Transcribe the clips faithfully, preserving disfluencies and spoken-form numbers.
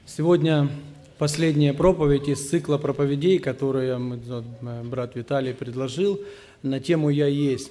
Сегодня последняя проповедь из цикла проповедей, которую брат Виталий предложил на тему «Я есть».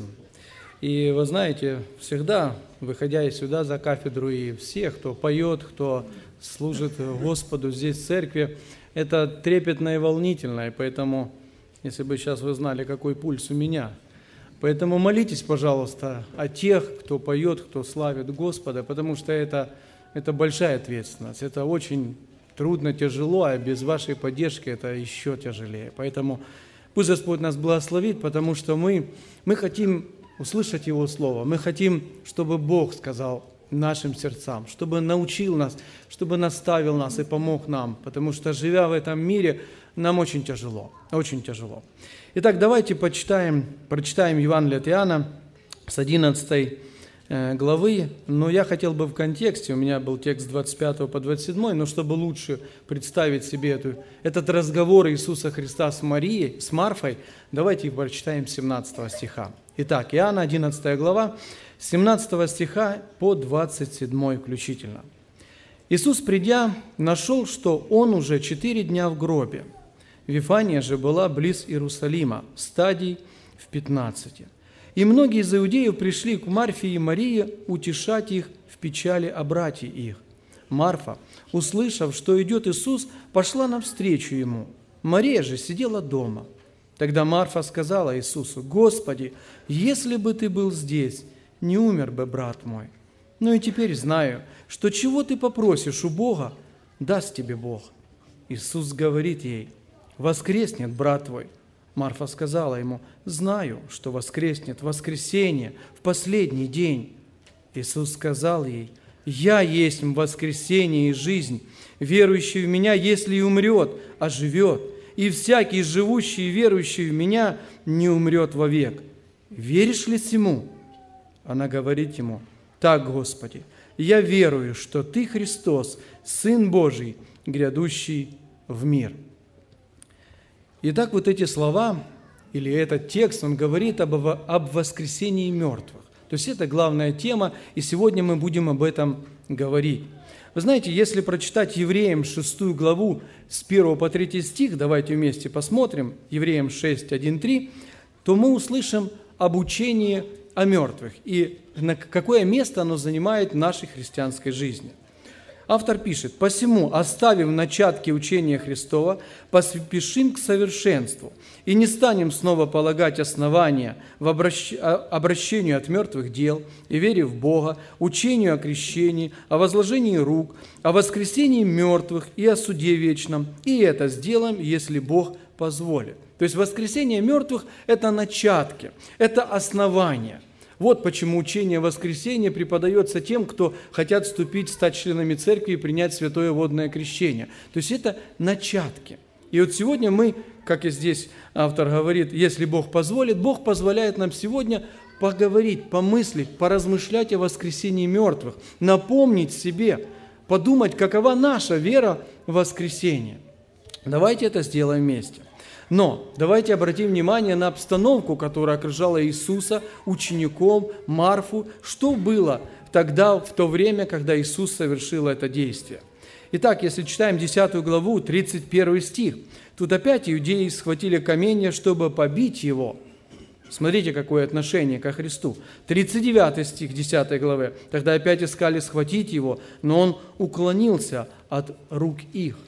И вы знаете, всегда, выходя сюда за кафедру, и все, кто поет, кто служит Господу здесь в церкви, это трепетно и волнительно, и поэтому, если бы сейчас вы знали, какой пульс у меня, поэтому молитесь, пожалуйста, о тех, кто поет, кто славит Господа, потому что это, это большая ответственность, это очень трудно, тяжело, а без вашей поддержки это еще тяжелее. Поэтому пусть Господь нас благословит, потому что мы, мы хотим услышать Его Слово, мы хотим, чтобы Бог сказал нашим сердцам, чтобы научил нас, чтобы наставил нас и помог нам, потому что, живя в этом мире, нам очень тяжело, очень тяжело. Итак, давайте почитаем, прочитаем Евангелие от Иоанна с одиннадцатой главы, но я хотел бы в контексте, у меня был текст с двадцать пятого по двадцать седьмой, но чтобы лучше представить себе эту, этот разговор Иисуса Христа с Марией, с Марфой, давайте прочитаем с семнадцатого стиха. Итак, Иоанна, одиннадцатая глава, с семнадцатого стиха по двадцать седьмой включительно. «Иисус, придя, нашел, что Он уже четыре дня в гробе. Вифания же была близ Иерусалима, стадий в пятнадцати. И многие из иудеев пришли к Марфе и Марии утешать их в печали о брате их. Марфа, услышав, что идет Иисус, пошла навстречу Ему. Мария же сидела дома. Тогда Марфа сказала Иисусу: «Господи, если бы Ты был здесь, не умер бы брат мой. Но и теперь знаю, что чего Ты попросишь у Бога, даст Тебе Бог». Иисус говорит ей: «Воскреснет брат твой». Марфа сказала Ему: «Знаю, что воскреснет в воскресенье, в последний день». Иисус сказал ей: «Я есть воскресение и жизнь. Верующий в Меня, если и умрет, оживет, и всякий, живущий и верующий в Меня, не умрет вовек. Веришь ли сему?» Она говорит Ему: «Так, Господи, я верую, что Ты Христос, Сын Божий, грядущий в мир». Итак, вот эти слова, или этот текст, он говорит об, об воскресении мертвых. То есть это главная тема, и сегодня мы будем об этом говорить. Вы знаете, если прочитать Евреям шестую главу с первого по третий стих, давайте вместе посмотрим, Евреям шесть, один, три, то мы услышим об учении о мертвых и на какое место оно занимает в нашей христианской жизни. Автор пишет: «Посему, оставив начатки учения Христова, поспешим к совершенству и не станем снова полагать основания в обращ... обращению от мертвых дел и вере в Бога, учению о крещении, о возложении рук, о воскресении мертвых и о суде вечном, и это сделаем, если Бог позволит». То есть воскресение мертвых – это начатки, это основания. Вот почему учение воскресения преподается тем, кто хотят вступить, стать членами церкви и принять святое водное крещение. То есть это начатки. И вот сегодня мы, как и здесь автор говорит, если Бог позволит, Бог позволяет нам сегодня поговорить, помыслить, поразмышлять о воскресении мертвых, напомнить себе, подумать, какова наша вера в воскресение. Давайте это сделаем вместе. Но давайте обратим внимание на обстановку, которая окружала Иисуса, учеником, Марфу. Что было тогда, в то время, когда Иисус совершил это действие? Итак, если читаем десятую главу, тридцать первый стих, тут опять иудеи схватили каменья, чтобы побить Его. Смотрите, какое отношение ко Христу. тридцать девятый стих десятой главы. Тогда опять искали схватить Его, но Он уклонился от рук их.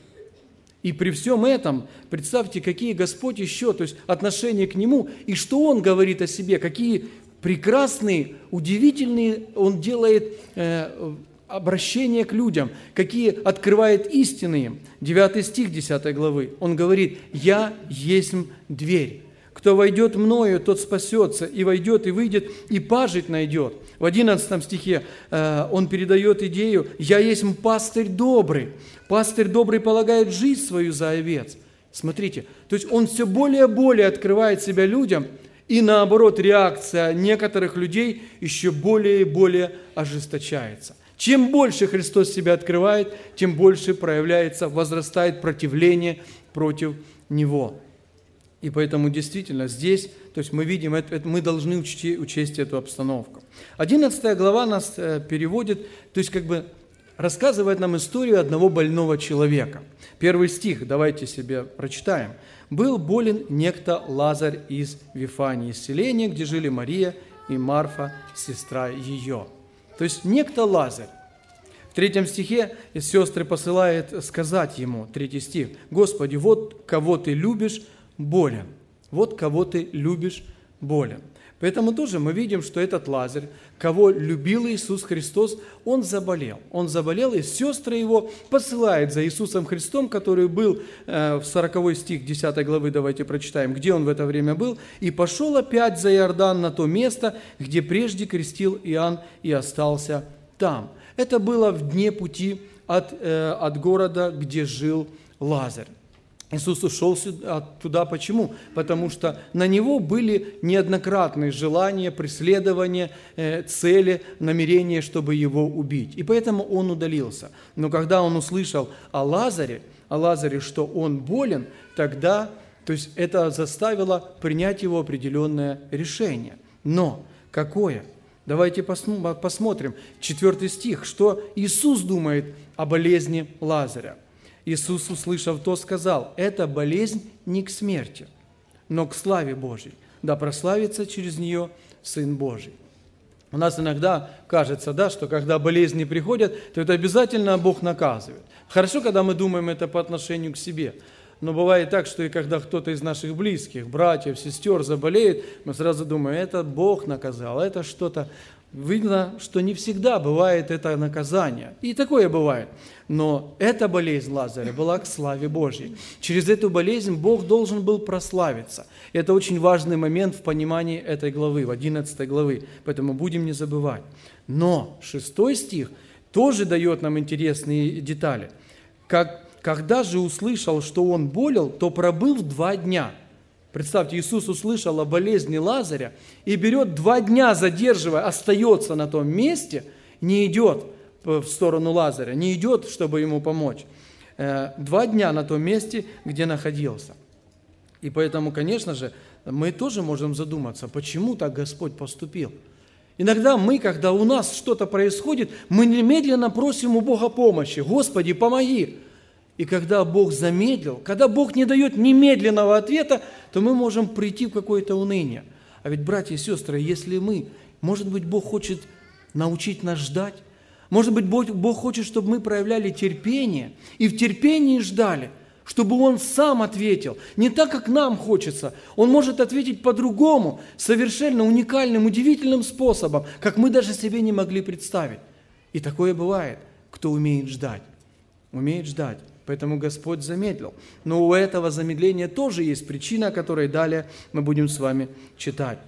И при всем этом, представьте, какие Господь еще, то есть отношение к Нему, и что Он говорит о себе, какие прекрасные, удивительные Он делает э, обращения к людям, какие открывает истины им. девятый стих десятой главы, Он говорит: «Я есть дверь. Кто войдет мною, тот спасется, и войдет, и выйдет, и пажить найдет». В одиннадцатом стихе э, он передает идею: «Я есть пастырь добрый». Пастырь добрый полагает жизнь свою за овец. Смотрите, то есть он все более и более открывает себя людям, и наоборот, реакция некоторых людей еще более и более ожесточается. Чем больше Христос себя открывает, тем больше проявляется, возрастает противление против Него. И поэтому действительно здесь, то есть мы видим, это, это, мы должны учесть, учесть эту обстановку. одиннадцатая глава нас э, переводит, то есть как бы рассказывает нам историю одного больного человека. Первый стих, давайте себе прочитаем. «Был болен некто Лазарь из Вифании, из селения, где жили Мария и Марфа, сестра ее». То есть некто Лазарь. В третьем стихе сестры посылают сказать ему, третий стих, «Господи, вот кого ты любишь, болен». Вот кого ты любишь, болен. Поэтому тоже мы видим, что этот Лазарь, кого любил Иисус Христос, он заболел. Он заболел, и сестры его посылают за Иисусом Христом, который был в сороковой стих десятой главы, давайте прочитаем, где он в это время был. «И пошел опять за Иордан на то место, где прежде крестил Иоанн, и остался там». Это было в дне пути от, от города, где жил Лазарь. Иисус ушел туда. Почему? Потому что на него были неоднократные желания, преследования, цели, намерения, чтобы его убить. И поэтому он удалился. Но когда он услышал о Лазаре, о Лазаре, что он болен, тогда, то есть это заставило принять его определенное решение. Но какое? Давайте посмотрим. Четвертый стих. Что Иисус думает о болезни Лазаря? Иисус, услышав то, сказал: «Эта болезнь не к смерти, но к славе Божьей, да прославится через нее Сын Божий». У нас иногда кажется, да, что когда болезни приходят, то это обязательно Бог наказывает. Хорошо, когда мы думаем это по отношению к себе. Но бывает так, что и когда кто-то из наших близких, братьев, сестер заболеет, мы сразу думаем, это Бог наказал, это что-то. Видно, что не всегда бывает это наказание. И такое бывает. Но эта болезнь Лазаря была к славе Божьей. Через эту болезнь Бог должен был прославиться. Это очень важный момент в понимании этой главы, в одиннадцатой главы. Поэтому будем не забывать. Но шестой стих тоже дает нам интересные детали. Как, когда же услышал, что он болел, то пробыл два дня. Представьте, Иисус услышал о болезни Лазаря и берет два дня, задерживая, остается на том месте, не идет в сторону Лазаря, не идет, чтобы ему помочь. Два дня на том месте, где находился. И поэтому, конечно же, мы тоже можем задуматься, почему так Господь поступил. Иногда мы, когда у нас что-то происходит, мы немедленно просим у Бога помощи. «Господи, помоги!» И когда Бог замедлил, когда Бог не дает немедленного ответа, то мы можем прийти в какое-то уныние. А ведь, братья и сестры, если мы, может быть, Бог хочет научить нас ждать, может быть, Бог, Бог хочет, чтобы мы проявляли терпение и в терпении ждали, чтобы Он сам ответил, не так, как нам хочется. Он может ответить по-другому, совершенно уникальным, удивительным способом, как мы даже себе не могли представить. И такое бывает, кто умеет ждать, умеет ждать. Поэтому Господь замедлил. Но у этого замедления тоже есть причина, о которой далее мы будем с вами читать.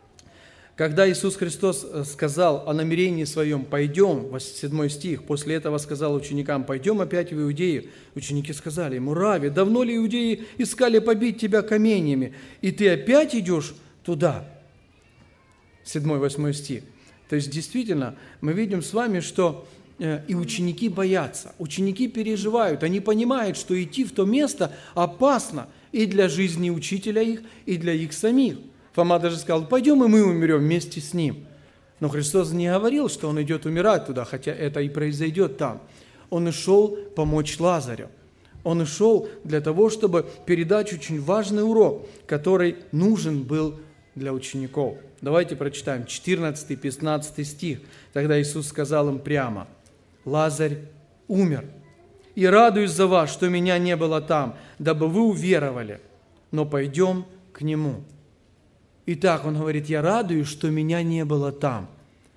Когда Иисус Христос сказал о намерении своем «пойдем», седьмой стих, после этого сказал ученикам «пойдем опять в Иудею», ученики сказали ему: «Рави, давно ли иудеи искали побить тебя каменьями, и ты опять идешь туда?» седьмой-восьмой стих. То есть действительно мы видим с вами, что и ученики боятся, ученики переживают, они понимают, что идти в то место опасно и для жизни учителя их, и для их самих. Фома даже сказал: «Пойдем, и мы умрем вместе с ним». Но Христос не говорил, что Он идет умирать туда, хотя это и произойдет там. Он и шел помочь Лазарю. Он и шел для того, чтобы передать очень важный урок, который нужен был для учеников. Давайте прочитаем четырнадцатый-пятнадцатый стих. Тогда Иисус сказал им прямо: «Лазарь умер, и радуюсь за вас, что меня не было там, дабы вы уверовали, но пойдем к нему». Итак, Он говорит: «Я радуюсь, что меня не было там».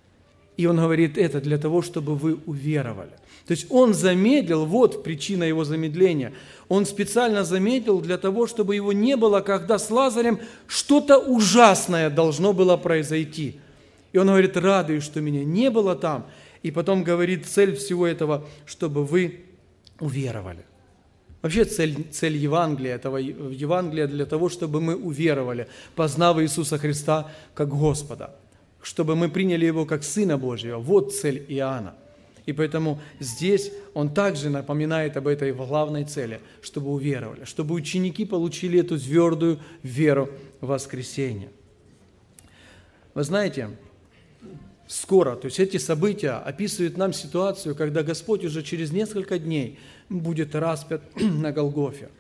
И Он говорит это для того, чтобы вы уверовали. То есть Он замедлил, вот причина Его замедления. Он специально замедлил для того, чтобы Его не было, когда с Лазарем что-то ужасное должно было произойти. И Он говорит: «Радуюсь, что меня не было там». И потом говорит, цель всего этого, чтобы вы уверовали. Вообще цель, цель Евангелия, этого Евангелия для того, чтобы мы уверовали, познав Иисуса Христа как Господа, чтобы мы приняли Его как Сына Божьего. Вот цель Иоанна. И поэтому здесь он также напоминает об этой главной цели, чтобы уверовали, чтобы ученики получили эту твердую веру в воскресение. Вы знаете, скоро, то есть эти события описывают нам ситуацию, когда Господь уже через несколько дней будет распят на Голгофе.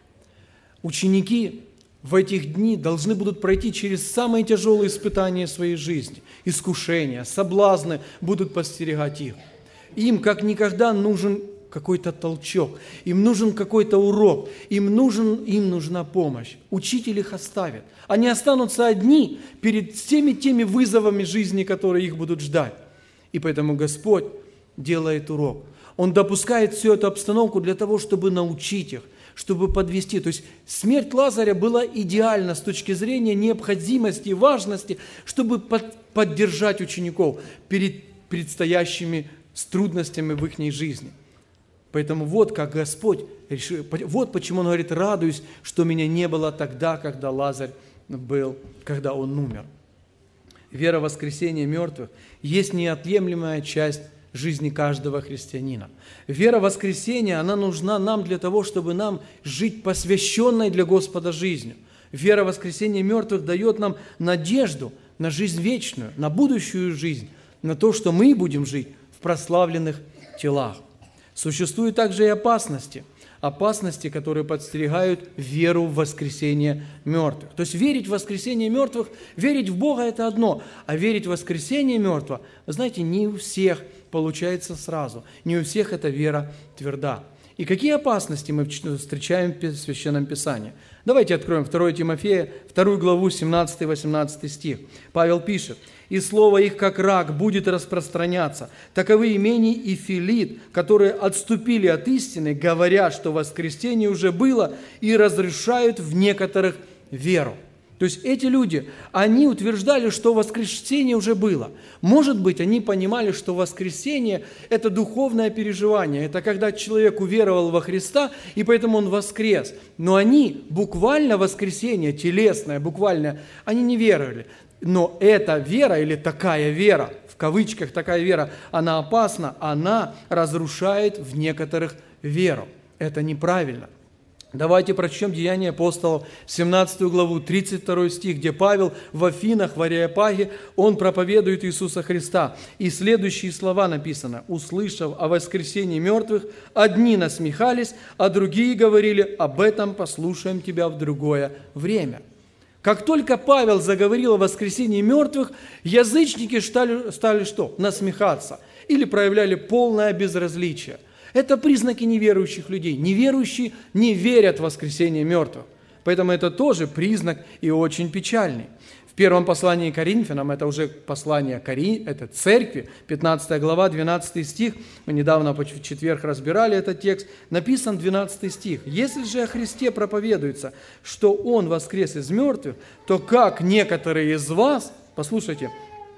Ученики в этих дни должны будут пройти через самые тяжелые испытания своей жизни. Искушения, соблазны будут подстерегать их. Им как никогда нужен какой-то толчок, им нужен какой-то урок, им, нужен, им нужна помощь. Учитель их оставит. Они останутся одни перед всеми теми вызовами жизни, которые их будут ждать. И поэтому Господь делает урок. Он допускает всю эту обстановку для того, чтобы научить их, чтобы подвести. То есть смерть Лазаря была идеальна с точки зрения необходимости и важности, чтобы под, поддержать учеников перед предстоящими трудностями в их жизни. Поэтому вот как Господь решил, вот почему Он говорит: радуюсь, что меня не было тогда, когда Лазарь был, когда он умер. Вера в воскресение мертвых есть неотъемлемая часть жизни каждого христианина. Вера в воскресение, она нужна нам для того, чтобы нам жить посвященной для Господа жизнью. Вера в воскресение мертвых дает нам надежду на жизнь вечную, на будущую жизнь, на то, что мы будем жить в прославленных телах. Существуют также и опасности, опасности, которые подстерегают веру в воскресение мертвых. То есть верить в воскресение мертвых, верить в Бога – это одно, а верить в воскресение мертвых, вы знаете, не у всех получается сразу, не у всех эта вера тверда. И какие опасности мы встречаем в Священном Писании? Давайте откроем второе Тимофея, вторую главу, семнадцатый-восемнадцатый стих. Павел пишет: «И слово их, как рак, будет распространяться. Таковы Имений и Филит, которые отступили от истины, говорят, что воскресение уже было, и разрешают в некоторых веру». То есть эти люди, они утверждали, что воскресение уже было. Может быть, они понимали, что воскресение – это духовное переживание. Это когда человек уверовал во Христа, и поэтому он воскрес. Но они буквально воскресение, телесное, буквально, они не веровали. Но эта вера, или такая вера, в кавычках такая вера, она опасна, она разрушает в некоторых веру. Это неправильно. Давайте прочтем Деяния апостолов, семнадцатую главу, тридцать второй стих, где Павел в Афинах, в Ареопаге, он проповедует Иисуса Христа. И следующие слова написано: «Услышав о воскресении мертвых, одни насмехались, а другие говорили: об этом послушаем тебя в другое время». Как только Павел заговорил о воскресении мертвых, язычники стали, стали что? Насмехаться или проявляли полное безразличие. Это признаки неверующих людей. Неверующие не верят в воскресение мертвых. Поэтому это тоже признак и очень печальный. В первом послании к Коринфянам, это уже послание Кори, это церкви, пятнадцатая глава, двенадцатый стих, мы недавно в четверг разбирали этот текст, написан двенадцатый стих. «Если же о Христе проповедуется, что Он воскрес из мертвых, то как некоторые из вас, послушайте,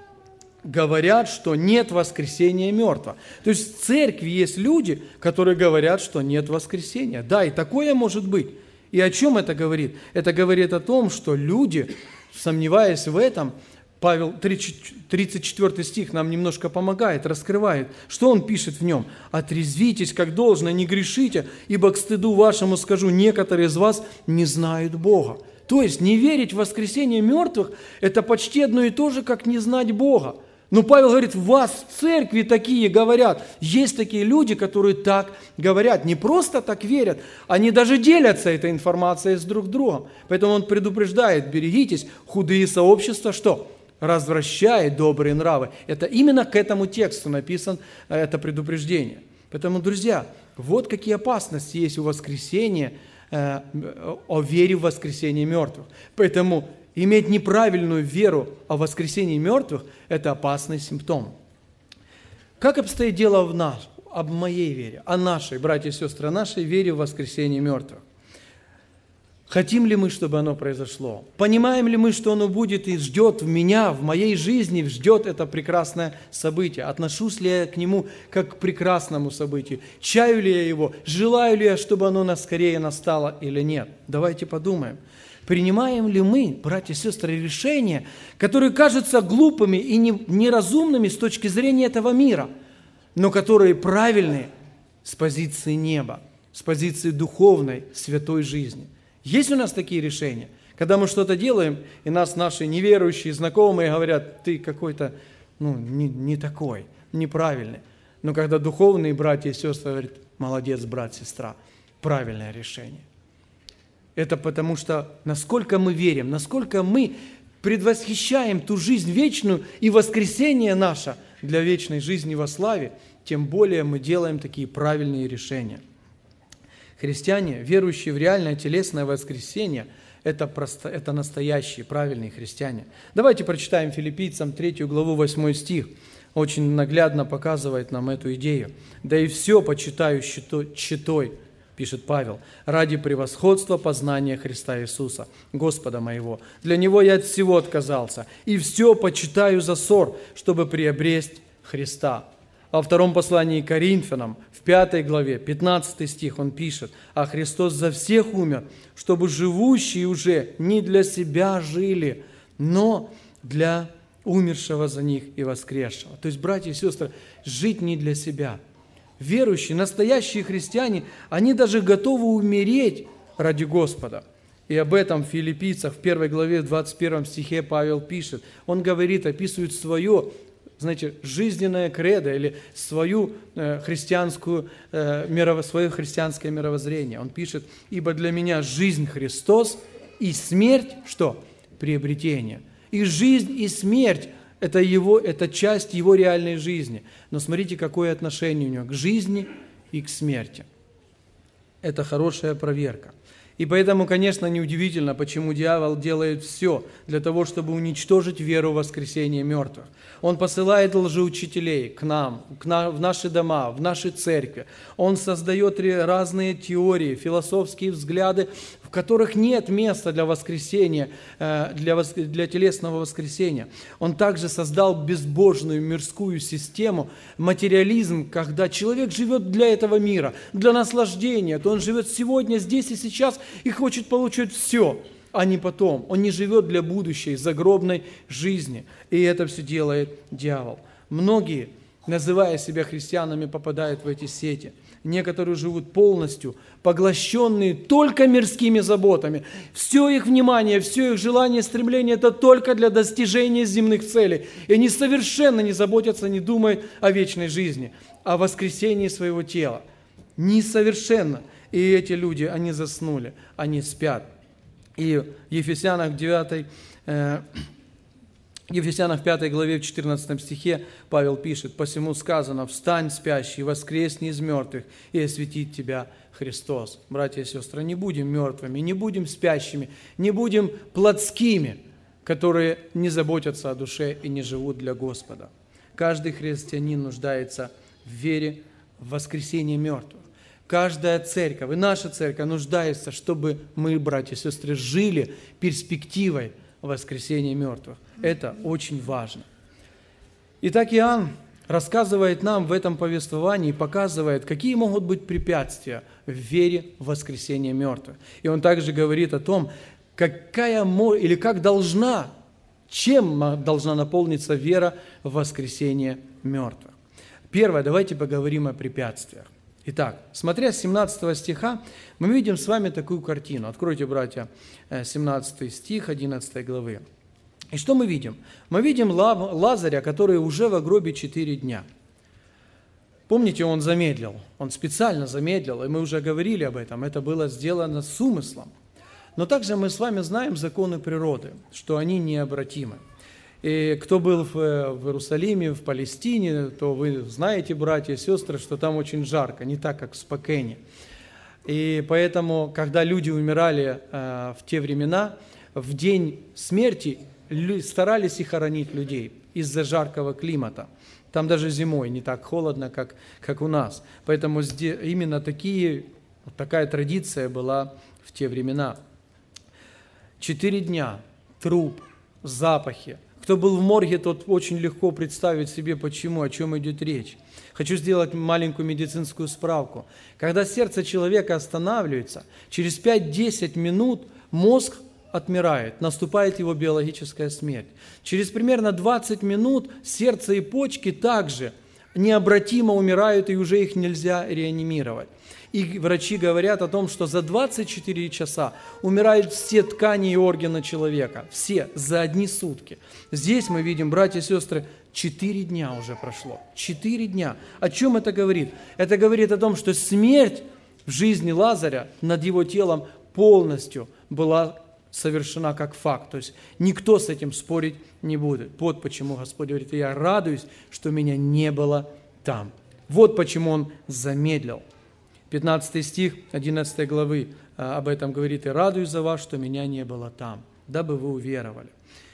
говорят, что нет воскресения мертвых». То есть в церкви есть люди, которые говорят, что нет воскресения. Да, и такое может быть. И о чем это говорит? Это говорит о том, что люди, сомневаясь в этом, Павел, тридцать четвёртый стих нам немножко помогает, раскрывает. Что он пишет в нем? «Отрезвитесь, как должно, не грешите, ибо к стыду вашему скажу, некоторые из вас не знают Бога». То есть не верить в воскресение мертвых – это почти одно и то же, как не знать Бога. Но Павел говорит: в вас в церкви такие говорят. Есть такие люди, которые так говорят. Не просто так верят, они даже делятся этой информацией с друг другом. Поэтому он предупреждает: берегитесь, худые сообщества, что? Развращает добрые нравы. Это именно к этому тексту написано это предупреждение. Поэтому, друзья, вот какие опасности есть у воскресения, э, о вере в воскресение мертвых. Поэтому иметь неправильную веру о воскресении мертвых – это опасный симптом. Как обстоит дело в нас, об моей вере, о нашей, братья и сестры, о нашей вере в воскресение мертвых? Хотим ли мы, чтобы оно произошло? Понимаем ли мы, что оно будет и ждет в меня, в моей жизни, ждет это прекрасное событие? Отношусь ли я к нему как к прекрасному событию? Чаю ли я его? Желаю ли я, чтобы оно нас скорее настало или нет? Давайте подумаем. Принимаем ли мы, братья и сестры, решения, которые кажутся глупыми и неразумными с точки зрения этого мира, но которые правильные с позиции неба, с позиции духовной, святой жизни? Есть у нас такие решения? Когда мы что-то делаем, и нас наши неверующие знакомые говорят: ты какой-то ну, не, не такой, неправильный. Но когда духовные братья и сестры говорят: молодец, брат, сестра, правильное решение. Это потому что насколько мы верим, насколько мы предвосхищаем ту жизнь вечную и воскресение наше для вечной жизни во славе, тем более мы делаем такие правильные решения. Христиане, верующие в реальное телесное воскресение, это, просто, это настоящие, правильные христиане. Давайте прочитаем Филиппийцам третью главу, восьмой стих. Очень наглядно показывает нам эту идею. «Да и все почитаю читой, пишет Павел, ради превосходства познания Христа Иисуса, Господа моего. Для Него я от всего отказался, и все почитаю за ссор, чтобы приобресть Христа». Во втором послании к Коринфянам, в пятой главе, пятнадцатый стих, он пишет: «А Христос за всех умер, чтобы живущие уже не для себя жили, но для умершего за них и воскресшего». То есть, братья и сестры, жить не для себя. Верующие, настоящие христиане, они даже готовы умереть ради Господа. И об этом в Филиппийцах, в первой главе, в двадцать первом стихе Павел пишет. Он говорит, описывает свое, знаете, жизненное кредо или свою э, христианскую, э, мирово, свое христианское мировоззрение. Он пишет: «Ибо для меня жизнь Христос и смерть, что? Приобретение». И жизнь, и смерть – это, его, это часть его реальной жизни. Но смотрите, какое отношение у него к жизни и к смерти. Это хорошая проверка. И поэтому, конечно, неудивительно, почему дьявол делает все для того, чтобы уничтожить веру в воскресение мертвых. Он посылает лжеучителей к нам, к нам, в наши дома, в наши церкви. Он создает разные теории, философские взгляды, в которых нет места для воскресения, для, вос... для телесного воскресения. Он также создал безбожную мирскую систему, материализм, когда человек живет для этого мира, для наслаждения, то он живет сегодня, здесь и сейчас и хочет получить все, а не потом. Он не живет для будущей загробной жизни. И это все делает дьявол. Многие, называя себя христианами, попадают в эти сети. Некоторые живут полностью, поглощенные только мирскими заботами. Все их внимание, все их желание, стремление – это только для достижения земных целей. И они совершенно не заботятся, не думают о вечной жизни, о воскресении своего тела. Несовершенно. И эти люди, они заснули, они спят. И в Ефесянах девятой, э, Ефесянах пятой главе, в четырнадцатом стихе Павел пишет: «Посему сказано: встань, спящий, воскресни из мертвых, и осветит тебя Христос». Братья и сестры, не будем мертвыми, не будем спящими, не будем плотскими, которые не заботятся о душе и не живут для Господа. Каждый христианин нуждается в вере в воскресение мертвых. Каждая церковь, и наша церковь нуждается, чтобы мы, братья и сестры, жили перспективой воскресения мертвых. Это очень важно. Итак, Иоанн рассказывает нам в этом повествовании, показывает, какие могут быть препятствия в вере в воскресение мертвых. И он также говорит о том, какая или как должна, чем должна наполниться вера в воскресение мертвых. Первое, давайте поговорим о препятствиях. Итак, смотря с семнадцатого стиха, мы видим с вами такую картину. Откройте, братья, семнадцатый стих одиннадцатой главы. И что мы видим? Мы видим Лазаря, который уже в гробе четыре дня. Помните, он замедлил, он специально замедлил, и мы уже говорили об этом, это было сделано с умыслом. Но также мы с вами знаем законы природы, что они необратимы. И кто был в, в Иерусалиме, в Палестине, то вы знаете, братья и сестры, что там очень жарко, не так, как в Спокене. И поэтому, когда люди умирали э, в те времена, в день смерти старались и хоронить людей из-за жаркого климата. Там даже зимой не так холодно, как, как у нас. Поэтому именно такие, такая традиция была в те времена. Четыре дня, труп, запахи. Кто был в морге, тот очень легко представить себе, почему, о чем идет речь. Хочу сделать маленькую медицинскую справку. Когда сердце человека останавливается, через пять-десять минут мозг отмирает, наступает его биологическая смерть. Через примерно двадцать минут сердце и почки также необратимо умирают, и уже их нельзя реанимировать. И врачи говорят о том, что за двадцать четыре часа умирают все ткани и органы человека. Все, за одни сутки. Здесь мы видим, братья и сестры, четыре дня уже прошло. Четыре дня. О чем это говорит? Это говорит о том, что смерть в жизни Лазаря над его телом полностью была совершена как факт. То есть никто с этим спорить не будет. Вот почему Господь говорит: я радуюсь, что меня не было там. Вот почему Он замедлил. пятнадцатый стих одиннадцатой главы об этом говорит: и радуюсь за вас, что меня не было там, дабы вы уверовали.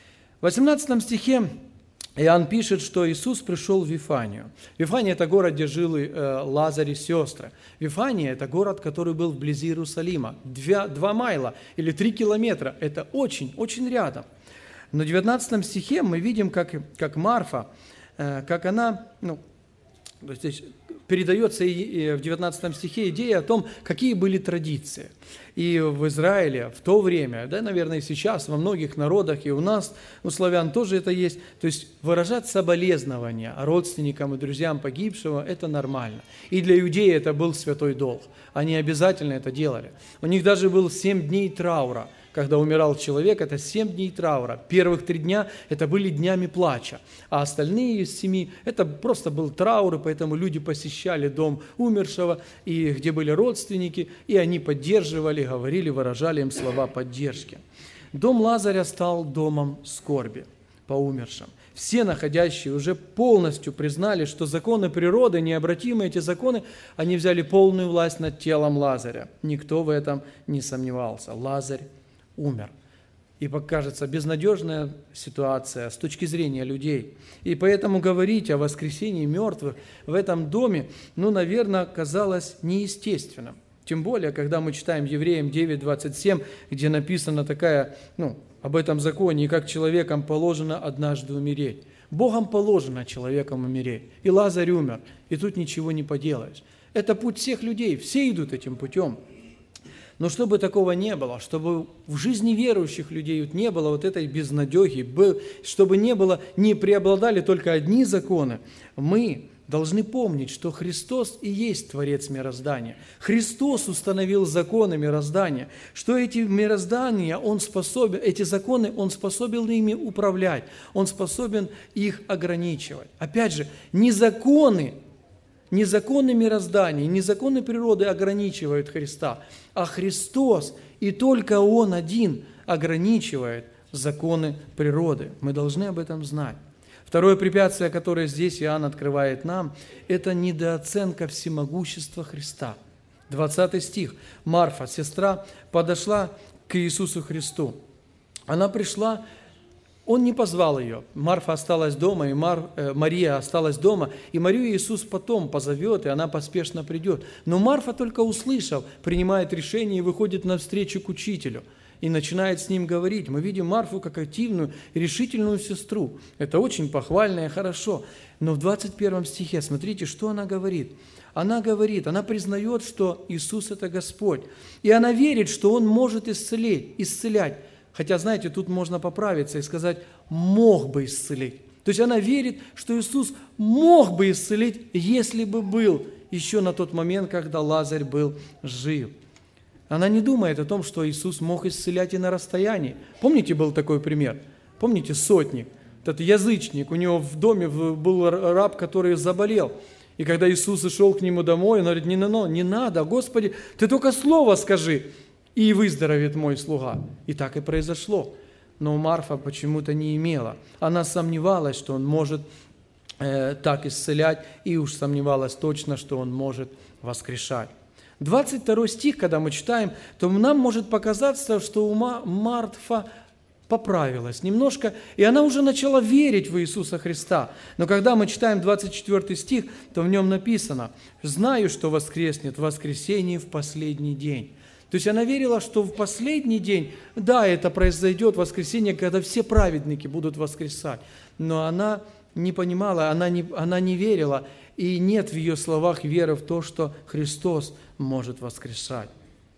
В восемнадцатом стихе Иоанн пишет, что Иисус пришел в Вифанию. Вифания – это город, где жили э, Лазарь и сестры. Вифания – это город, который был вблизи Иерусалима. Два, два майла или три километра – это очень, очень рядом. Но в девятнадцатом стихе мы видим, как, как Марфа, э, как она, ну, то есть здесь передается и в девятнадцатом стихе идея о том, какие были традиции. И в Израиле в то время, да, наверное, и сейчас, во многих народах, и у нас, у славян тоже это есть, то есть выражать соболезнования родственникам и друзьям погибшего – это нормально. И для иудеев это был святой долг. Они обязательно это делали. У них даже был семь дней траура. Когда умирал человек, это семь дней траура. Первых три дня это были днями плача, а остальные из семи это просто был траур, и поэтому люди посещали дом умершего, и где были родственники, и они поддерживали, говорили, выражали им слова поддержки. Дом Лазаря стал домом скорби по умершим. Все находящие уже полностью признали, что законы природы, необратимые эти законы, они взяли полную власть над телом Лазаря. Никто в этом не сомневался. Лазарь умер. И, кажется, безнадежная ситуация с точки зрения людей. И поэтому говорить о воскресении мертвых в этом доме, ну, наверное, казалось неестественным. Тем более, когда мы читаем Евреям девять двадцать семь, где написана такая, ну, об этом законе, и как человекам положено однажды умереть. Богом положено человеком умереть. И Лазарь умер, и тут ничего не поделаешь. Это путь всех людей, все идут этим путем. Но чтобы такого не было, чтобы в жизни верующих людей не было вот этой безнадеги, чтобы не было, не преобладали только одни законы, мы должны помнить, что Христос и есть Творец мироздания. Христос установил законы мироздания, что эти мироздания, Он способен, эти законы, Он способен ими управлять, Он способен их ограничивать. Опять же, не законы, Не законы мироздания, не законы природы ограничивают Христа, а Христос, и только Он один ограничивает законы природы. Мы должны об этом знать. Второе препятствие, которое здесь Иоанн открывает нам, это недооценка всемогущества Христа. двадцатый стих. Марфа, сестра, подошла к Иисусу Христу. Она пришла, Он не позвал ее. Марфа осталась дома, и Мар, э, Мария осталась дома, и Марию Иисус потом позовет, и она поспешно придет. Но Марфа, только услышав, принимает решение и выходит навстречу к учителю, и начинает с ним говорить. Мы видим Марфу как активную, решительную сестру. Это очень похвально и хорошо. Но в двадцать первом стихе, смотрите, что она говорит. Она говорит, она признает, что Иисус – это Господь. И она верит, что Он может исцелить, исцелять. Хотя, знаете, тут можно поправиться и сказать, мог бы исцелить. То есть она верит, что Иисус мог бы исцелить, если бы был еще на тот момент, когда Лазарь был жив. Она не думает о том, что Иисус мог исцелять и на расстоянии. Помните, был такой пример? Помните, сотник, этот язычник, у него в доме был раб, который заболел. И когда Иисус шел к нему домой, он говорит, не, не, не надо, Господи, ты только слово скажи, и выздоровеет мой слуга. И так и произошло. Но Марфа почему-то не имела. Она сомневалась, что он может э, так исцелять, и уж сомневалась точно, что он может воскрешать. двадцать второй стих, когда мы читаем, то нам может показаться, что у Марфа поправилась немножко, и она уже начала верить в Иисуса Христа. Но когда мы читаем двадцать четвёртый стих, то в нем написано, «Знаю, что воскреснет в воскресенье в последний день». То есть она верила, что в последний день, да, это произойдет в воскресенье, когда все праведники будут воскресать. Но она не понимала, она не, она не верила, и нет в ее словах веры в то, что Христос может воскрешать.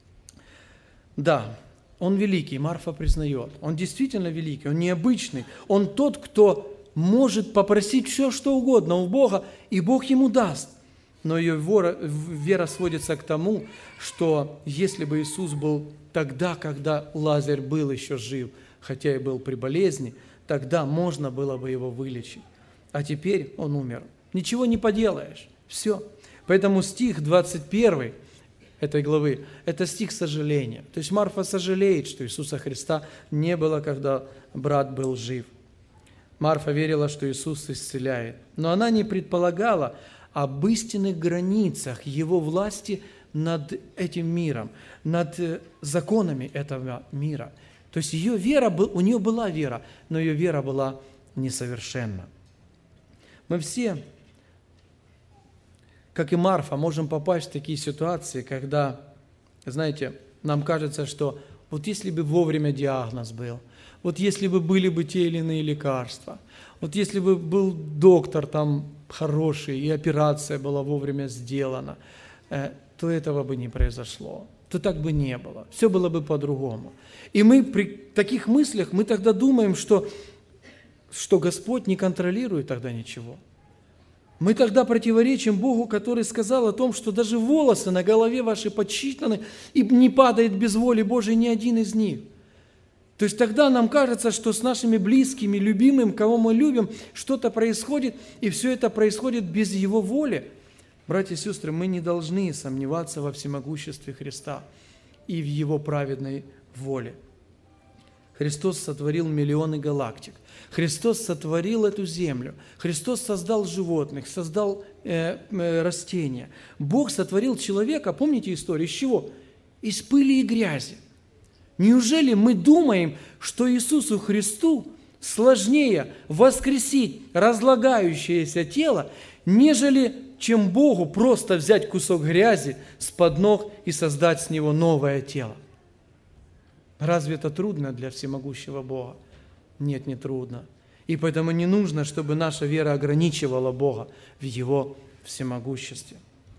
Да, Он великий, Марфа признает. Он действительно великий, Он необычный. Он тот, кто может попросить все, что угодно у Бога, и Бог ему даст. Но ее вера, вера сводится к тому, что если бы Иисус был тогда, когда Лазарь был еще жив, хотя и был при болезни, тогда можно было бы его вылечить. А теперь он умер. Ничего не поделаешь. Все. Поэтому стих двадцать первый этой главы – это стих сожаления. То есть Марфа сожалеет, что Иисуса Христа не было, когда брат был жив. Марфа верила, что Иисус исцеляет. Но она не предполагала об истинных границах Его власти над этим миром, над законами этого мира. То есть ее вера, у нее была вера, но ее вера была несовершенна. Мы все, как и Марфа, можем попасть в такие ситуации, когда, знаете, нам кажется, что вот если бы вовремя диагноз был, вот если бы были бы те или иные лекарства, вот если бы был доктор там хороший, и операция была вовремя сделана, то этого бы не произошло, то так бы не было, все было бы по-другому. И мы при таких мыслях, мы тогда думаем, что, что Господь не контролирует тогда ничего. Мы тогда противоречим Богу, который сказал о том, что даже волосы на голове ваши подсчитаны, и не падает без воли Божией ни один из них. То есть тогда нам кажется, что с нашими близкими, любимым, кого мы любим, что-то происходит, и все это происходит без Его воли. Братья и сестры, мы не должны сомневаться во всемогуществе Христа и в Его праведной воле. Христос сотворил миллионы галактик. Христос сотворил эту землю. Христос создал животных, создал э, э, растения. Бог сотворил человека, помните историю, из чего? Из пыли и грязи. Неужели мы думаем, что Иисусу Христу сложнее воскресить разлагающееся тело, нежели чем Богу просто взять кусок грязи с-под ног и создать с него новое тело? Разве это трудно для всемогущего Бога? Нет, не трудно. И поэтому не нужно, чтобы наша вера ограничивала Бога в Его всемогуществе.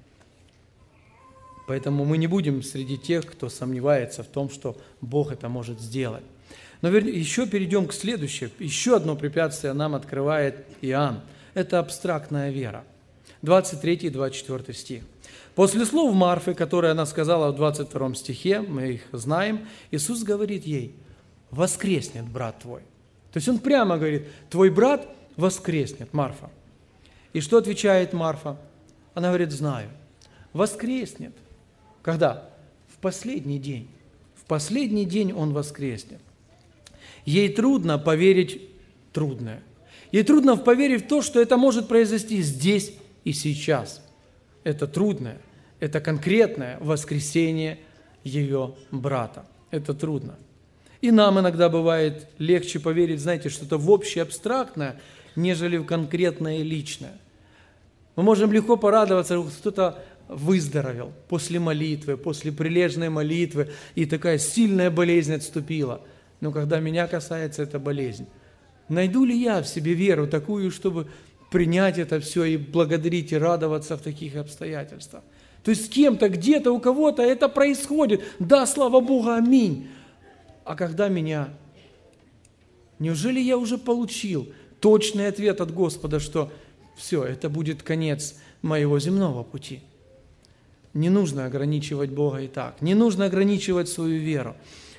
Поэтому мы не будем среди тех, кто сомневается в том, что Бог это может сделать. Но еще перейдем к следующему. Еще одно препятствие нам открывает Иоанн. Это абстрактная вера. двадцать третий и двадцать четвёртый стих. После слов Марфы, которые она сказала в двадцать втором стихе, мы их знаем, Иисус говорит ей: «Воскреснет брат твой». То есть Он прямо говорит: «Твой брат воскреснет, Марфа». И что отвечает Марфа? Она говорит: «Знаю, воскреснет». Когда? В последний день. В последний день Он воскреснет. Ей трудно поверить трудное. Ей трудно поверить в то, что это может произойти здесь и сейчас. Это трудное, это конкретное воскресение ее брата. Это трудно. И нам иногда бывает легче поверить, знаете, что-то в общее абстрактное, нежели в конкретное и личное. Мы можем легко порадоваться, что кто-то выздоровел после молитвы, после прилежной молитвы, и такая сильная болезнь отступила. Но когда меня касается эта болезнь, найду ли я в себе веру такую, чтобы принять это все и благодарить, и радоваться в таких обстоятельствах? То есть с кем-то, где-то, у кого-то это происходит. Да, слава Богу, аминь. А когда меня... Неужели я уже получил точный ответ от Господа, что все, это будет конец моего земного пути? Не нужно ограничивать Бога и так. Не нужно ограничивать свою веру.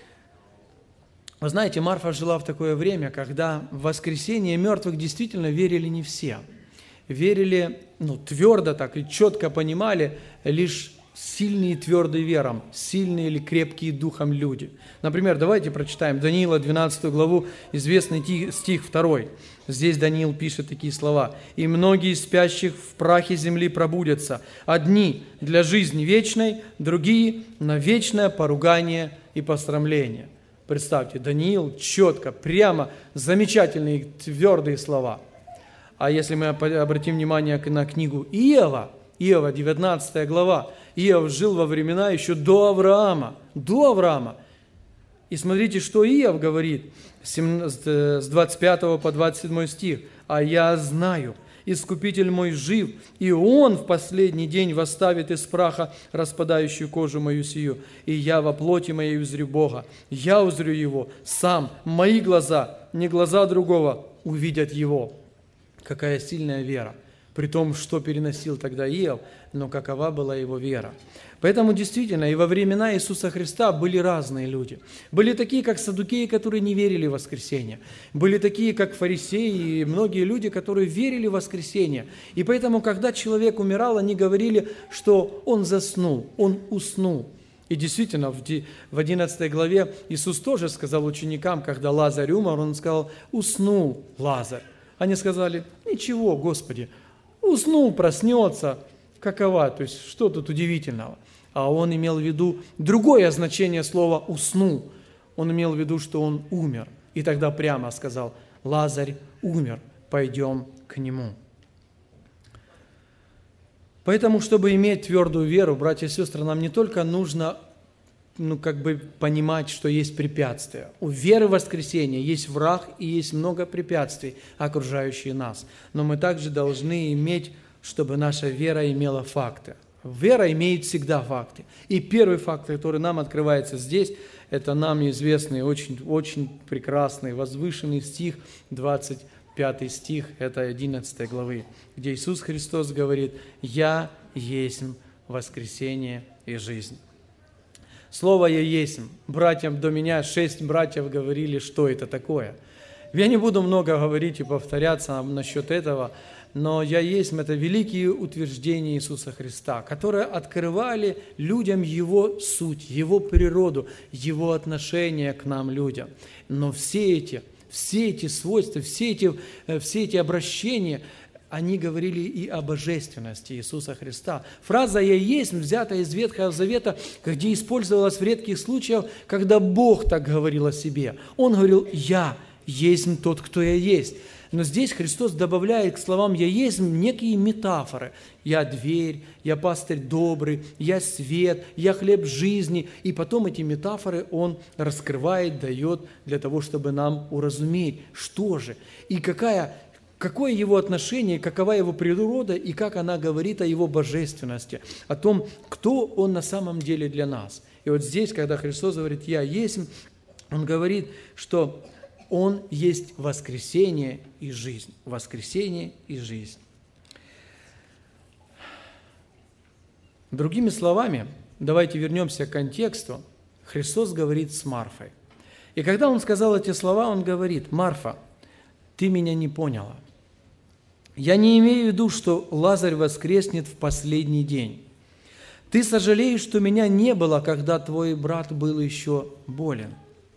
Вы знаете, Марфа жила в такое время, когда в воскресение мертвых действительно верили не все. Верили, ну, твердо так и четко понимали лишь сильные и твердые вером, сильные или крепкие духом люди. Например, давайте прочитаем Даниила двенадцатую главу, известный стих второй. Здесь Даниил пишет такие слова: «И многие из спящих в прахе земли пробудятся, одни для жизни вечной, другие на вечное поругание и посрамление». Представьте, Даниил четко, прямо, замечательные твердые слова. А если мы обратим внимание на книгу Иова, Иова, девятнадцатая глава, Иов жил во времена еще до Авраама, до Авраама. И смотрите, что Иов говорит с двадцать пятого по двадцать седьмой стих. «А я знаю, Искупитель мой жив, и Он в последний день восставит из праха распадающую кожу мою сию, и я во плоти моей узрю Бога. Я узрю Его сам, мои глаза, не глаза другого, увидят Его». Какая сильная вера! При том, что переносил тогда Иов, но какова была его вера. Поэтому действительно и во времена Иисуса Христа были разные люди. Были такие, как саддукеи, которые не верили в воскресение. Были такие, как фарисеи и многие люди, которые верили в воскресение. И поэтому, когда человек умирал, они говорили, что он заснул, он уснул. И действительно, в одиннадцатой главе Иисус тоже сказал ученикам, когда Лазарь умер, Он сказал: «Уснул Лазарь». Они сказали: «Ничего, Господи, уснул, проснется, какова, то есть что тут удивительного?» А Он имел в виду другое значение слова «уснул». Он имел в виду, что он умер. И тогда прямо сказал: «Лазарь умер, пойдем к нему». Поэтому, чтобы иметь твердую веру, братья и сестры, нам не только нужно ну, как бы понимать, что есть препятствия. У веры в воскресение есть враг и есть много препятствий, окружающие нас. Но мы также должны иметь, чтобы наша вера имела факты. Вера имеет всегда факты. И первый факт, который нам открывается здесь, это нам известный, очень, очень прекрасный, возвышенный стих, двадцать пятый стих этой одиннадцатой главы, где Иисус Христос говорит: «Я есть воскресение и жизнь». Слово «Я есть». Братьям до меня шесть братьев говорили, что это такое. Я не буду много говорить и повторяться насчет этого, но «Я есть» – это великие утверждения Иисуса Христа, которые открывали людям Его суть, Его природу, Его отношение к нам, людям. Но все эти, все эти свойства, все эти, все эти обращения, они говорили и о божественности Иисуса Христа. Фраза «Я есть» взята из Ветхого Завета, где использовалась в редких случаях, когда Бог так говорил о себе. Он говорил: «Я есть тот, кто я есть». Но здесь Христос добавляет к словам «я есть» некие метафоры. «Я дверь», «я пастырь добрый», «я свет», «я хлеб жизни». И потом эти метафоры Он раскрывает, дает для того, чтобы нам уразуметь, что же и какая, какое Его отношение, какова Его природа и как она говорит о Его божественности, о том, кто Он на самом деле для нас. И вот здесь, когда Христос говорит «я есть», Он говорит, что Он есть воскресение и жизнь. Воскресение и жизнь. Другими словами, давайте вернемся к контексту. Христос говорит с Марфой. И когда Он сказал эти слова, Он говорит: «Марфа, ты меня не поняла. Я не имею в виду, что Лазарь воскреснет в последний день. Ты сожалеешь, что меня не было, когда твой брат был еще болен.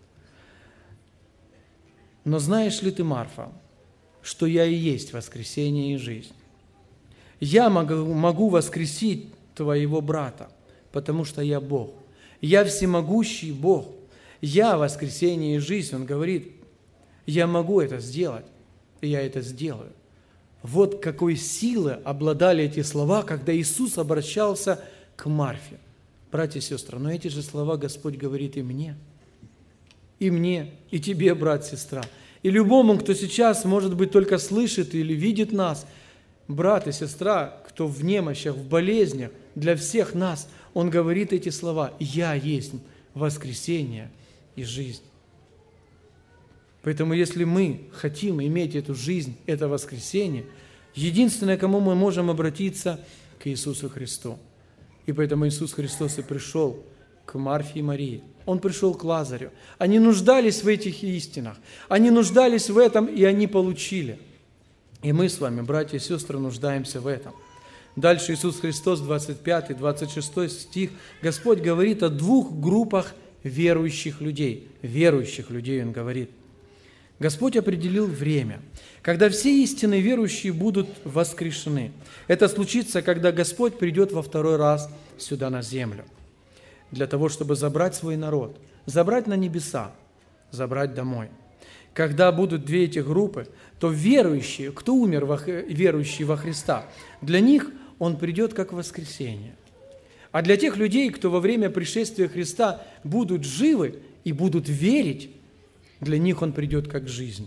Но знаешь ли ты, Марфа, что я и есть воскресение и жизнь? Я могу, могу воскресить твоего брата, потому что я Бог. Я всемогущий Бог. Я воскресение и жизнь». Он говорит: «Я могу это сделать, и я это сделаю». Вот какой силой обладали эти слова, когда Иисус обращался к Марфе. Братья и сестры, но эти же слова Господь говорит и мне. И мне, и тебе, брат, сестра, и любому, кто сейчас, может быть, только слышит или видит нас, брат и сестра, кто в немощах, в болезнях, для всех нас, Он говорит эти слова: «Я есть воскресение и жизнь». Поэтому, если мы хотим иметь эту жизнь, это воскресение, единственное, к кому мы можем обратиться, к Иисусу Христу. И поэтому Иисус Христос и пришел к Марфе и Марии. Он пришел к Лазарю. Они нуждались в этих истинах. Они нуждались в этом, и они получили. И мы с вами, братья и сестры, нуждаемся в этом. Дальше Иисус Христос, двадцать пятый, двадцать шестой стих, Господь говорит о двух группах верующих людей. Верующих людей Он говорит. Господь определил время, когда все истинные верующие будут воскрешены. Это случится, когда Господь придет во второй раз сюда на землю, для того, чтобы забрать свой народ, забрать на небеса, забрать домой. Когда будут две эти группы, то верующие, кто умер, во, верующие во Христа, для них Он придет как воскресение. А для тех людей, кто во время пришествия Христа будут живы и будут верить, для них Он придет как жизнь.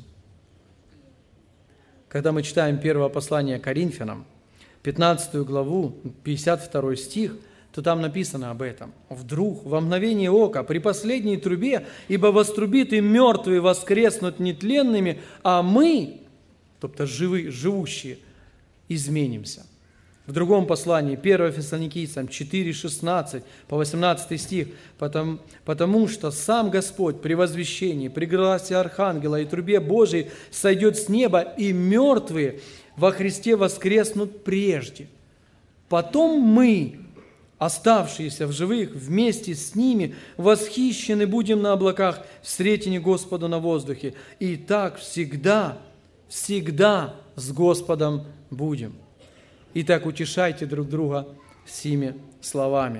Когда мы читаем первое послание Коринфянам, пятнадцатую главу, пятьдесят второй стих, то там написано об этом. «Вдруг, во мгновение ока, при последней трубе, ибо вострубит и мертвые воскреснут нетленными, а мы, тобто живы, живущие, изменимся». В другом послании, первое Фессалоникийцам четыре, шестнадцать по восемнадцатый стих, потому, «Потому что сам Господь при возвещении, при гласе Архангела и трубе Божией сойдет с неба, и мертвые во Христе воскреснут прежде. Потом мы, оставшиеся в живых, вместе с ними восхищены будем на облаках, встретине Господа на воздухе. И так всегда, всегда с Господом будем». Итак, утешайте друг друга сими словами.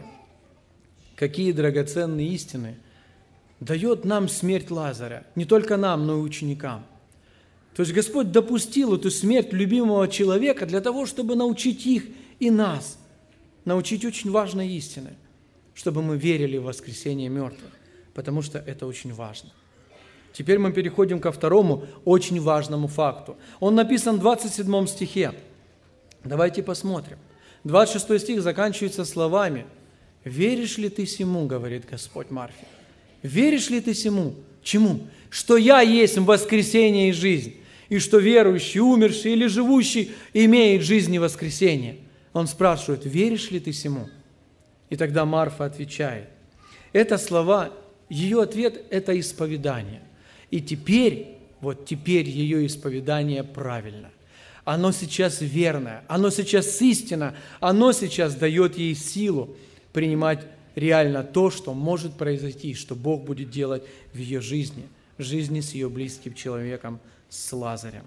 Какие драгоценные истины дает нам смерть Лазаря, не только нам, но и ученикам. То есть Господь допустил эту смерть любимого человека для того, чтобы научить их и нас, научить очень важной истины, чтобы мы верили в воскресение мертвых, потому что это очень важно. Теперь мы переходим ко второму очень важному факту. Он написан в двадцать седьмом стихе. Давайте посмотрим. двадцать шестой стих заканчивается словами: «Веришь ли ты сему, — говорит Господь Марфе, — веришь ли ты сему?» Чему? Что я есть воскресение и жизнь, и что верующий, умерший или живущий имеет жизнь и воскресение. Он спрашивает: веришь ли ты сему? И тогда Марфа отвечает. Это слова, ее ответ – это исповедание. И теперь, вот теперь ее исповедание правильно. Оно сейчас верное, оно сейчас истина, оно сейчас дает ей силу принимать реально то, что может произойти, что Бог будет делать в ее жизни, в жизни с ее близким человеком, с Лазарем.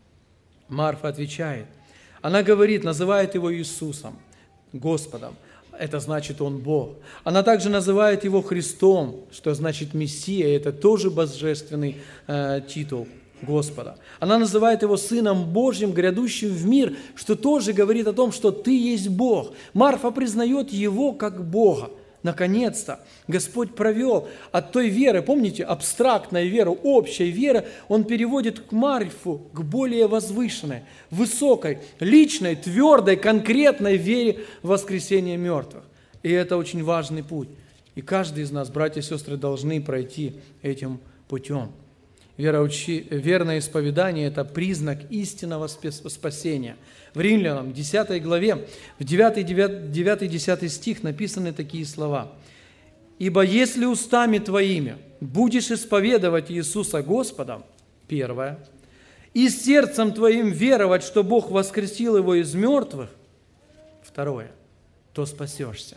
Марфа отвечает. Она говорит, называет его Иисусом, Господом. Это значит, Он Бог. Она также называет Его Христом, что значит Мессия. Это тоже божественный э, титул Господа. Она называет Его Сыном Божьим, грядущим в мир, что тоже говорит о том, что Ты есть Бог. Марфа признает Его как Бога. Наконец-то Господь провел от той веры, помните, абстрактной веры, общей веры, Он переводит к Марфу, к более возвышенной, высокой, личной, твердой, конкретной вере в воскресение мертвых. И это очень важный путь. И каждый из нас, братья и сестры, должны пройти этим путем. Вероучи... Верное исповедание – это признак истинного спасения. В Римлянам, десятой главе, в девятый-десятый стих написаны такие слова. «Ибо если устами твоими будешь исповедовать Иисуса Господом, первое, и сердцем твоим веровать, что Бог воскресил Его из мертвых, второе, то спасешься.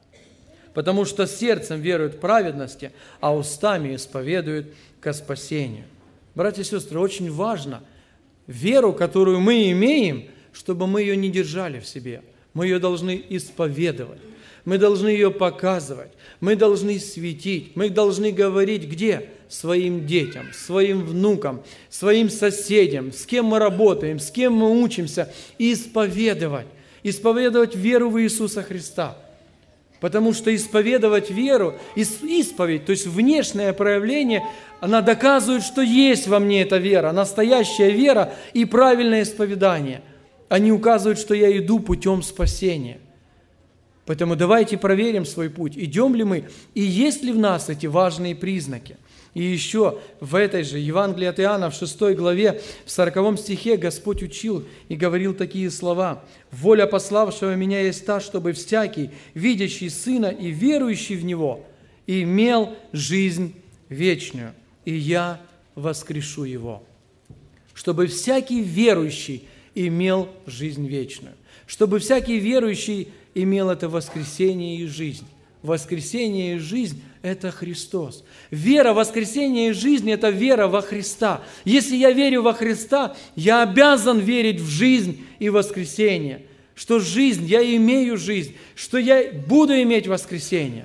Потому что сердцем веруют в праведности, а устами исповедуют ко спасению». Братья и сестры, очень важно веру, которую мы имеем, чтобы мы ее не держали в себе. Мы ее должны исповедовать, мы должны ее показывать, мы должны светить, мы должны говорить где? Своим детям, своим внукам, своим соседям, с кем мы работаем, с кем мы учимся, исповедовать, исповедовать веру в Иисуса Христа. Потому что исповедовать веру, исповедь, то есть внешнее проявление, она доказывает, что есть во мне эта вера, настоящая вера и правильное исповедание. Они указывают, что я иду путем спасения. Поэтому давайте проверим свой путь, идем ли мы, и есть ли в нас эти важные признаки. И еще в этой же Евангелии от Иоанна, в шестой главе, в сороковом стихе Господь учил и говорил такие слова. «Воля пославшего меня есть та, чтобы всякий, видящий Сына и верующий в Него, имел жизнь вечную, и я воскрешу его». Чтобы всякий верующий имел жизнь вечную. Чтобы всякий верующий имел это воскресение и жизнь. Воскресение и жизнь – это Христос. Вера, воскресение и жизнь – это вера во Христа. Если я верю во Христа, я обязан верить в жизнь и воскресение. Что жизнь, я имею жизнь, что я буду иметь воскресение.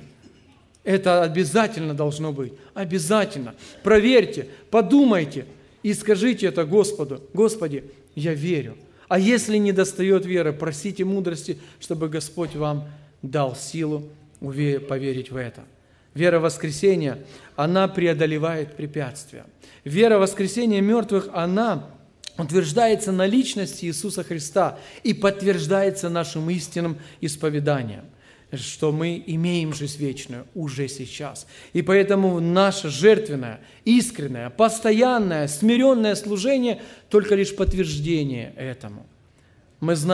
Это обязательно должно быть. Обязательно. Проверьте, подумайте и скажите это Господу. Господи, я верю. А если не достает веры, просите мудрости, чтобы Господь вам дал силу поверить в это. Вера воскресения, она преодолевает препятствия. Вера воскресения мертвых, она утверждается на личности Иисуса Христа и подтверждается нашим истинным исповеданием, что мы имеем жизнь вечную уже сейчас. И поэтому наше жертвенное, искреннее, постоянное, смиренное служение только лишь подтверждение этому. Мы знаем,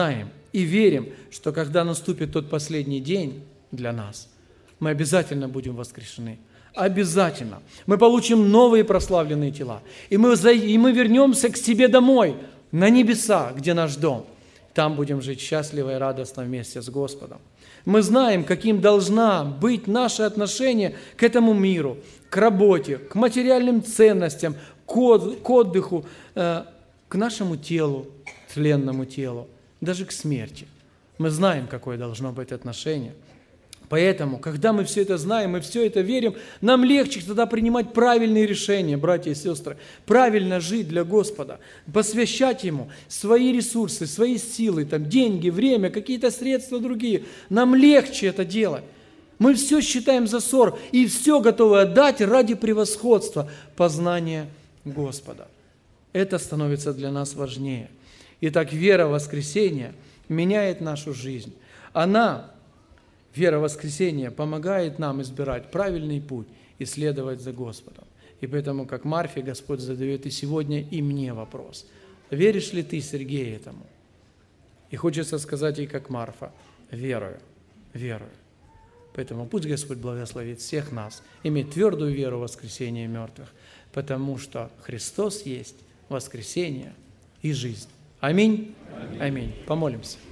И верим, что когда наступит тот последний день для нас, мы обязательно будем воскрешены. Обязательно. Мы получим новые прославленные тела. И мы, и мы вернемся к себе домой, на небеса, где наш дом. Там будем жить счастливо и радостно вместе с Господом. Мы знаем, каким должна быть наше отношение к этому миру, к работе, к материальным ценностям, к отдыху, к нашему телу, тленному телу, даже к смерти. Мы знаем, какое должно быть отношение. Поэтому, когда мы все это знаем, мы все это верим, нам легче тогда принимать правильные решения, братья и сестры, правильно жить для Господа, посвящать Ему свои ресурсы, свои силы, там, деньги, время, какие-то средства другие. Нам легче это делать. Мы все считаем за ссор и все готовы отдать ради превосходства познания Господа. Это становится для нас важнее. Итак, вера в воскресение меняет нашу жизнь. Она... Вера в воскресение помогает нам избирать правильный путь и следовать за Господом. И поэтому, как Марфе, Господь задает и сегодня, и мне вопрос. Веришь ли ты, Сергей, этому? И хочется сказать ей, как Марфа, верую, верую. Поэтому пусть Господь благословит всех нас иметь твердую веру в воскресение мертвых, потому что Христос есть воскресение и жизнь. Аминь. Аминь. Аминь. Помолимся.